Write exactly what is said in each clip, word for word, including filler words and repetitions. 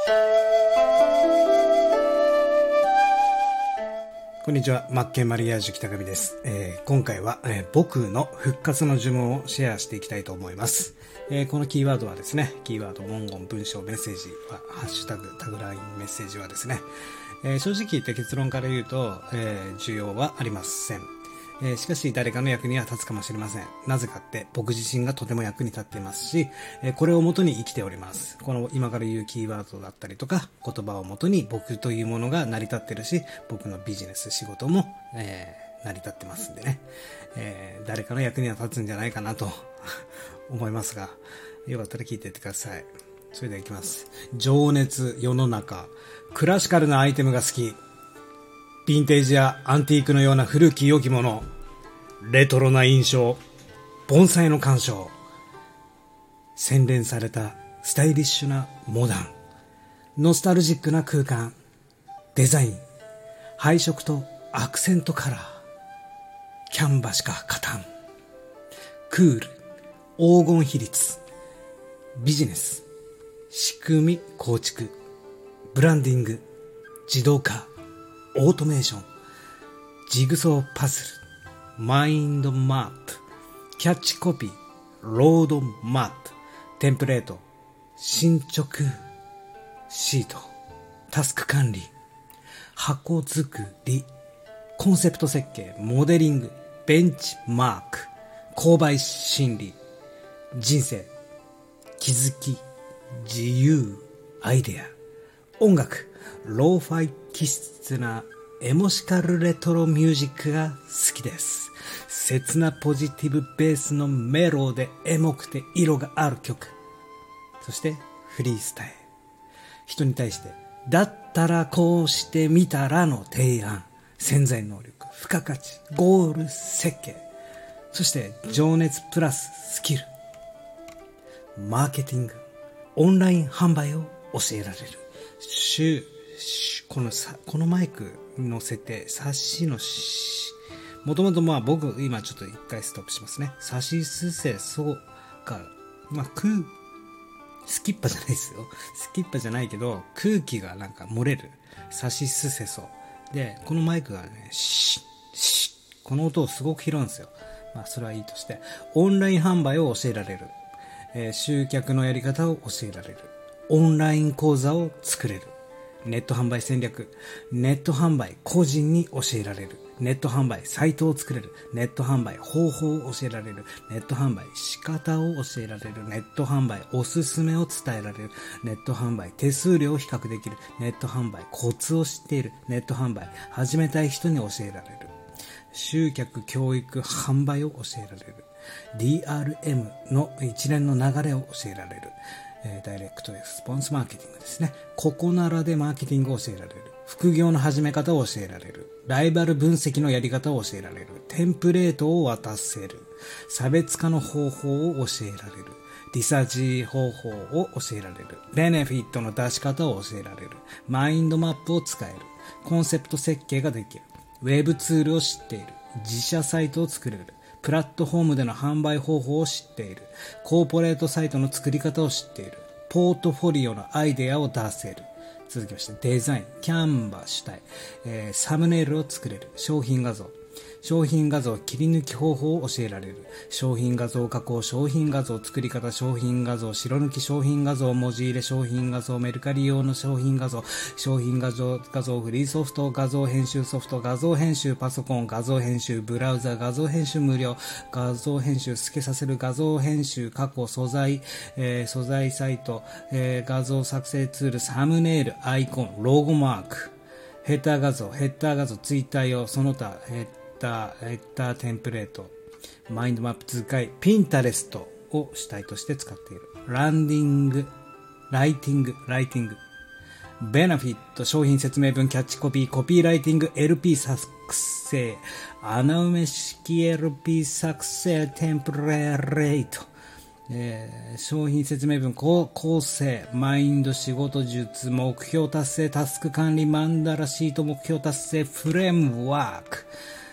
こんにちは、マッケンマリアージュ北上です。えー、今回は、えー、僕の復活の呪文をシェアしていきたいと思います。えー、このキーワードはですね、キーワード、文言、文章、メッセージは、ハッシュタグ、タグライン、メッセージはですね、えー、正直言って結論から言うと、えー、需要はありません。えー、しかし誰かの役には立つかもしれません。なぜかって僕自身がとても役に立っていますし、えー、これを元に生きております。この今から言うキーワードだったりとか言葉を元に僕というものが成り立ってるし、僕のビジネス仕事も、えー、成り立ってますんでね、えー、誰かの役には立つんじゃないかなと思いますが、よかったら聞いていってください。それではいきます。情熱、世の中、クラシカルなアイテムが好き、ヴィンテージやアンティークのような古き良きもの、レトロな印象、盆栽の鑑賞、洗練されたスタイリッシュなモダン、ノスタルジックな空間、デザイン、配色とアクセントカラー、キャンバしか勝たん、クール、黄金比率、ビジネス、仕組み構築、ブランディング、自動化、オートメーション、ジグソーパズル、マインドマップ、キャッチコピー、ロードマップ、テンプレート、進捗シート、タスク管理、箱作り、コンセプト設計、モデリング、ベンチマーク、購買心理、人生、気づき、自由、アイデア、音楽、ローファイ気質なエモシカルレトロミュージックが好きです。切なポジティブベースのメローでエモくて色がある曲。そしてフリースタイル。人に対してだったらこうしてみたらの提案。潜在能力、付加価値、ゴール設計。そして情熱プラススキル。マーケティング、オンライン販売を教えられる。週このさ、このマイクの設定、サシのし、もともとまあ僕、今ちょっと一回ストップしますね。サシスセソが、まあ空、スキッパじゃないですよ。スキッパじゃないけど、空気がなんか漏れる。サシスセソ。で、このマイクがね、シッ、シッ、この音をすごく拾うんですよ。まあそれはいいとして、オンライン販売を教えられる。えー、集客のやり方を教えられる。オンライン講座を作れる。ネット販売戦略、ネット販売個人に教えられる、ネット販売サイトを作れる、ネット販売方法を教えられる、ネット販売仕方を教えられる、ネット販売おすすめを伝えられる、ネット販売手数料を比較できる、ネット販売コツを知っている、ネット販売始めたい人に教えられる、集客教育販売を教えられる、 ディーアールエム の一連の流れを教えられる、ダイレクトレスポンスマーケティングですね。ここならでマーケティングを教えられる。副業の始め方を教えられる。ライバル分析のやり方を教えられる。テンプレートを渡せる。差別化の方法を教えられる。リサーチ方法を教えられる。ベネフィットの出し方を教えられる。マインドマップを使える。コンセプト設計ができる。ウェブツールを知っている。自社サイトを作れる。プラットフォームでの販売方法を知っている。コーポレートサイトの作り方を知っている。ポートフォリオのアイデアを出せる。続きまして、デザイン、キャンバ主体、えー、サムネイルを作れる。商品画像。商品画像切り抜き方法を教えられる。商品画像加工、商品画像作り方、商品画像白抜き、商品画像文字入れ、商品画像メルカリ用の商品画像、商品画像、画像フリーソフト、画像編集ソフト、画像編集パソコン、画像編集ブラウザ、画像編集無料、画像編集透けさせる、画像編集過去素材、えー、素材サイト、えー、画像作成ツール、サムネイル、アイコン、ロゴマーク、ヘッダー画像、ヘッダー画像、ツイッター用、その他、ヘッダー、ヘッダーテンプレート、マインドマップ使い、ピンタレストを主体として使っている。ランディング、ライティング、ライティング、ベネフィット、商品説明文、キャッチコピー、コピーライティング、エルピー 作成、穴埋め式 エルピー 作成、テンプレート、えー、商品説明文、構成、マインド、仕事術、目標達成、タスク管理、マンダラシート、目標達成、フレームワーク、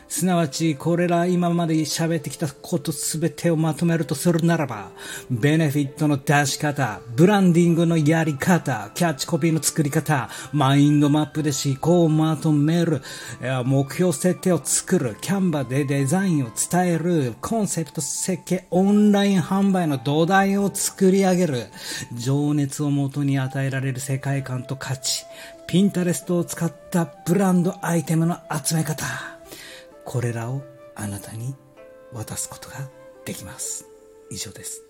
すなわち、これら今まで喋ってきたことすべてをまとめるとするならば、ベネフィットの出し方、ブランディングのやり方、キャッチコピーの作り方、マインドマップで思考をまとめる、目標設定を作る、キャンバでデザインを伝える、コンセプト設計、オンライン販売の土台を作り上げる、情熱をもとに与えられる世界観と価値、ピンタレストを使ったブランドアイテムの集め方、これらをあなたに渡すことができます。以上です。